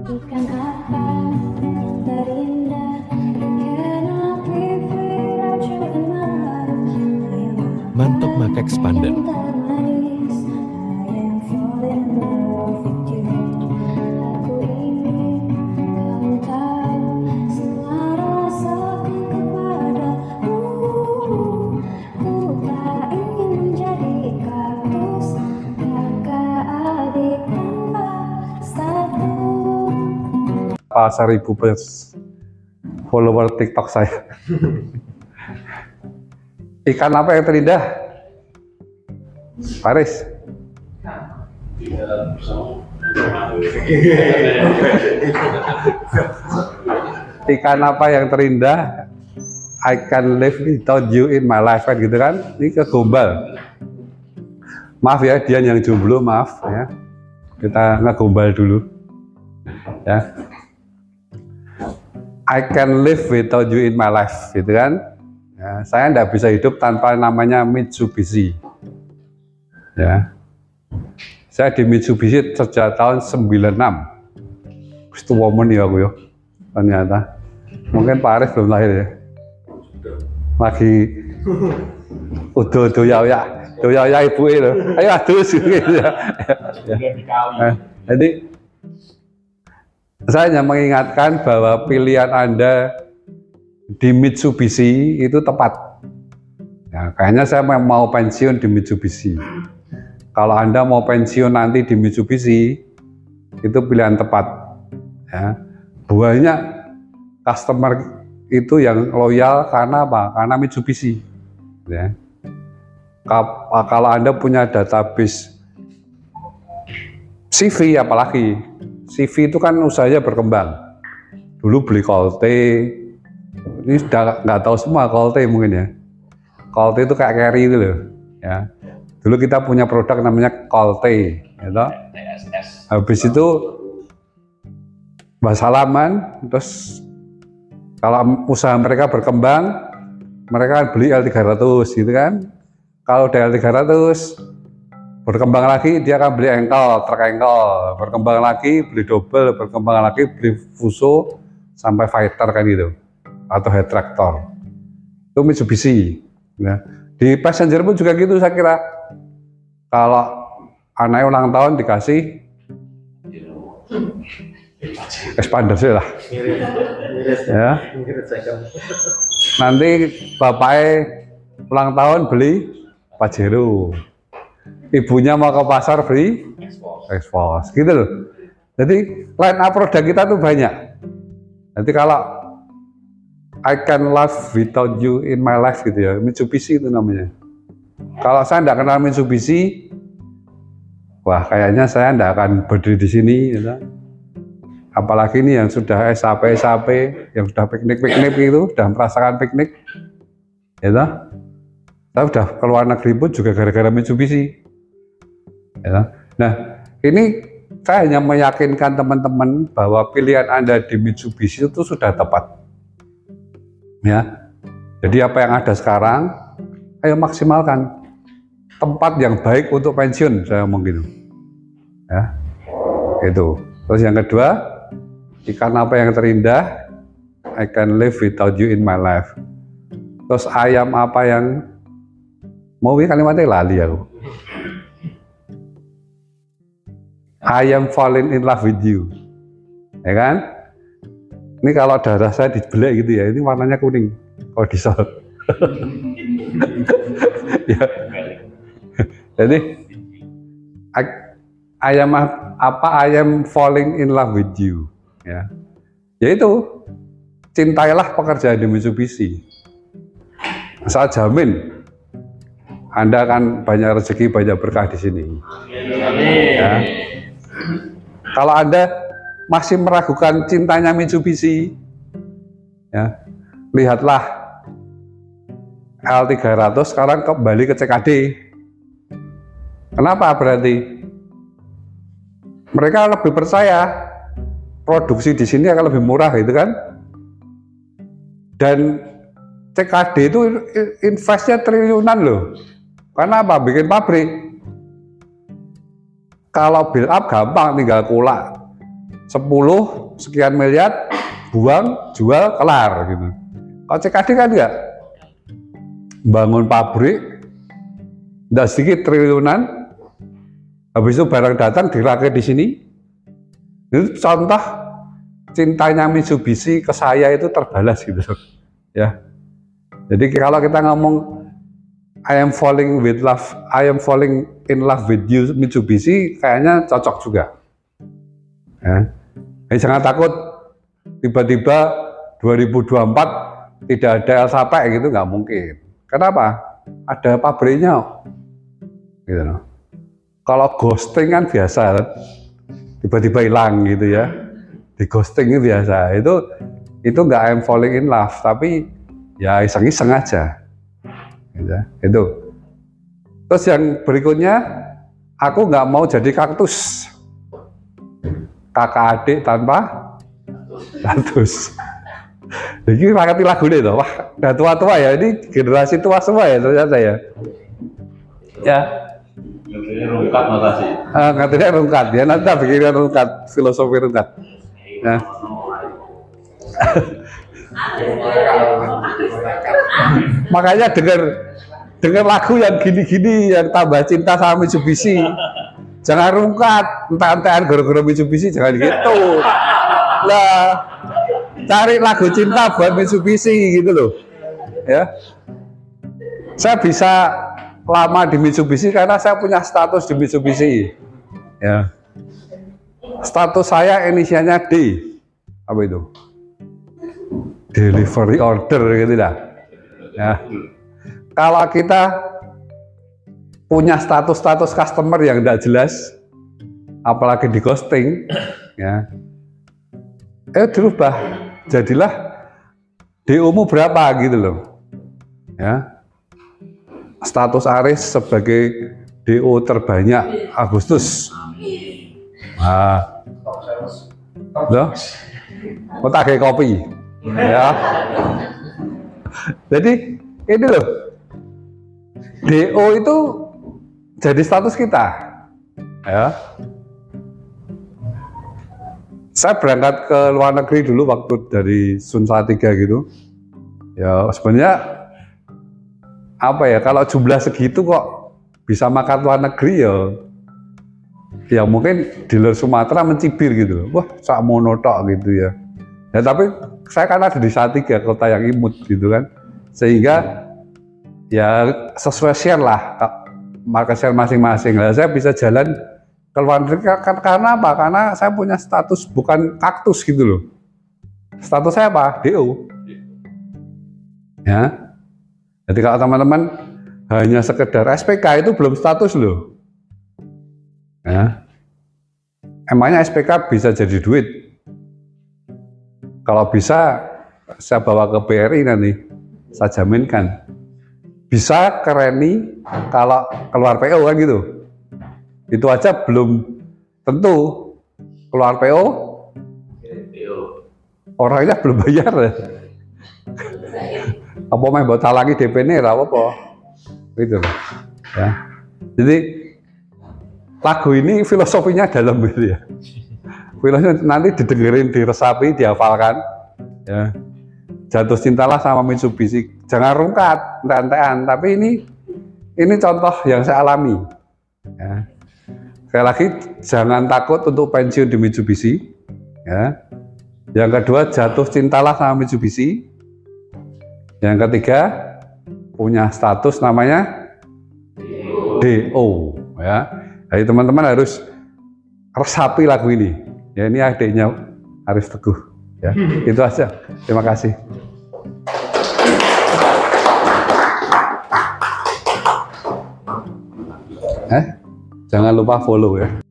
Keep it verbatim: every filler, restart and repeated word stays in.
Ikan apa terindah cannot live without you in my life. Mantap Mac Expander. Termanis, I am falling in love with you. Aku ingin kamu tahu semua rasaku kepadamu. Ku tak ingin menjadi kaktus, kakak adik tanpa satu. Seribu follower TikTok saya. Ikan apa yang terindah? Paris. Ikan apa yang terindah? I can live without you in my life, kan gitu kan? Ini kegombal. Maaf ya, dia yang jomblo, maaf ya. Kita ngegombal dulu. Ya. I can live without you in my life, gitu kan? Ya, saya tidak bisa hidup tanpa namanya Mitsubishi. Ya, saya di Mitsubishi sejak tahun sembilan puluh enam. Itu woman ya aku ya, ternyata. Mungkin Pak Arif belum lahir ya. Lagi udah doya-doya, doya-doya ibu itu. Ayo adus gitu ya. Ya. Jadi saya hanya mengingatkan bahwa pilihan Anda di Mitsubishi itu tepat. Ya, kayaknya saya mau pensiun di Mitsubishi. Kalau Anda mau pensiun nanti di Mitsubishi, itu pilihan tepat. Ya. Banyak customer itu yang loyal karena apa? Karena Mitsubishi. Ya. Kalau Anda punya database C V apalagi, C V itu kan usahanya berkembang. Dulu beli Colte, ini sudah nggak tahu semua Colte mungkin ya. Colte itu kayak carry itu loh. Ya. Dulu kita punya produk namanya Colte, gitu. Habis itu salaman, terus kalau usaha mereka berkembang, mereka beli L tiga ratus gitu kan. Kalau udah L tiga ratus berkembang lagi, dia akan beli engkol, truk engkol, berkembang lagi, beli double, berkembang lagi, beli Fuso, sampai fighter kan gitu, atau head tractor. Itu Mitsubishi. Ya. Di passenger pun juga gitu saya kira. Kalau anaknya ulang tahun dikasih expander sih lah. Ya. Nanti bapaknya ulang tahun beli Pajero. Ibunya mau ke pasar beli Expos, gitu loh. Jadi line up produk kita tuh banyak. Nanti kalau I can live without you in my life gitu ya, Mitsubishi itu namanya. Kalau saya tidak kenal Mitsubishi, wah kayaknya saya tidak akan berdiri di sini. Gitu. Apalagi ini yang sudah S A P S A P, yang sudah piknik-piknik itu, sudah merasakan piknik, gitu. Saya sudah keluar negeri pun juga gara-gara Mitsubishi. Ya. Nah, ini saya hanya meyakinkan teman-teman bahwa pilihan Anda di Mitsubishi itu sudah tepat. Ya. Jadi apa yang ada sekarang, ayo maksimalkan tempat yang baik untuk pensiun, saya ngomong gitu. Ya. Itu. Terus yang kedua, ikan apa yang terindah? I can live without you in my life. Terus ayam apa yang mau ini kalimatnya lali aku. I am falling in love with you, ya kan? Ini kalau darah saya dibelek gitu ya, ini warnanya kuning, kortisol. Ya. Jadi, I, I am apa? I am falling in love with you, ya. Yaitu cintailah pekerjaan di Mitsubishi. Saya jamin Anda akan banyak rezeki, banyak berkah di sini. Ya. Kalau Anda masih meragukan cintanya Mitsubishi, ya, lihatlah L tiga ratus sekarang kembali ke C K D. Kenapa berarti? Mereka lebih percaya produksi di sini akan lebih murah, gitu kan? Dan C K D itu investnya triliunan loh. Karena apa? Bikin pabrik. Kalau build up gampang, tinggal kulak. sepuluh sekian miliar, buang, jual, kelar gitu. Kalau C K D kan enggak, bangun pabrik, enggak sedikit triliunan, habis itu barang datang dirakit di sini. Itu contoh cintanya Mitsubishi ke saya itu terbalas gitu, ya. Jadi kalau kita ngomong I am falling with love, I am falling in love with you Mitsubishi, kayaknya cocok juga. Ya. Jadi jangan takut tiba-tiba dua ribu dua puluh empat tidak ada Elsapek gitu, nggak mungkin. Kenapa? Ada pabriknya. Gitu. Kalau ghosting kan biasa, tiba-tiba hilang gitu ya. Di ghosting itu biasa. Itu itu nggak I am falling in love, tapi ya iseng-iseng aja. Gitu. Itu. Terus yang berikutnya, aku nggak mau jadi kaktus. Kakak adik tanpa status. Jadi rakati lagu deh tuh. Wah, udah tua-tua ya. Ini generasi tua semua ya ternyata ya. Ya. Ngertinya rungkat makasih. Uh, ngertinya rungkat ya. Nanti tak bikin rungkat, filosofi rungkat. Ya. Makanya dengar dengar lagu yang gini-gini, yang tambah cinta sama Mitsubishi. Jangan rungkat, entah-entahan gara-gara Mitsubishi, jangan gitu. Lah, cari lagu cinta buat Mitsubishi gitu loh. Ya. Saya bisa lama di Mitsubishi karena saya punya status di Mitsubishi. Ya. Status saya inisialnya D. Apa itu? Delivery order gitu dah. Ya. Kalau kita punya status-status customer yang tidak jelas, apalagi di ghosting, ya, eh dirubah, jadilah D O-mu berapa gitu loh, ya. Status Aris sebagai D O terbanyak Agustus. Nah, loh, mau pakai kopi, ya. Jadi ini loh, D O itu jadi status kita, ya. Saya berangkat ke luar negeri dulu waktu dari Sun Salatiga gitu. Ya sebenarnya apa ya, kalau jumlah segitu kok bisa makan luar negeri ya. Ya mungkin di luar Sumatera mencibir gitu. Wah, sak monotok gitu ya. Ya tapi saya kan ada di Salatiga, kota yang imut gitu kan. Sehingga ya sesuai share lah, market share masing-masing. Nah, saya bisa jalan ke luar negeri karena apa? Karena saya punya status bukan kaktus gitu loh. Status saya apa? D O. Ya. Jadi kalau teman-teman hanya sekedar S P K itu belum status loh. Ya. Emangnya S P K bisa jadi duit? Kalau bisa saya bawa ke B R I nanti, saya jaminkan. Bisa kereni kalau keluar P O kan gitu. Itu aja belum tentu keluar P O, orangnya belum bayar. Apa main buat talangi D P nya apa-apa. Gitu loh. Ya. Jadi lagu ini filosofinya dalam gitu ya. Filosofinya nanti didengerin, diresapi, dihafalkan. Ya. Jatuh cintalah sama Mitsubishi, jangan rungkat, entek-entekan, tapi ini ini contoh yang saya alami. Ya. Sekali lagi, jangan takut untuk pensiun di Mitsubishi. Ya. Yang kedua, jatuh cintalah sama Mitsubishi. Yang ketiga, punya status namanya D O. Ya. Jadi teman-teman harus resapi lagu ini. Ya, ini adiknya Arif Teguh. Ya, itu aja. Terima kasih. Eh, jangan lupa follow ya.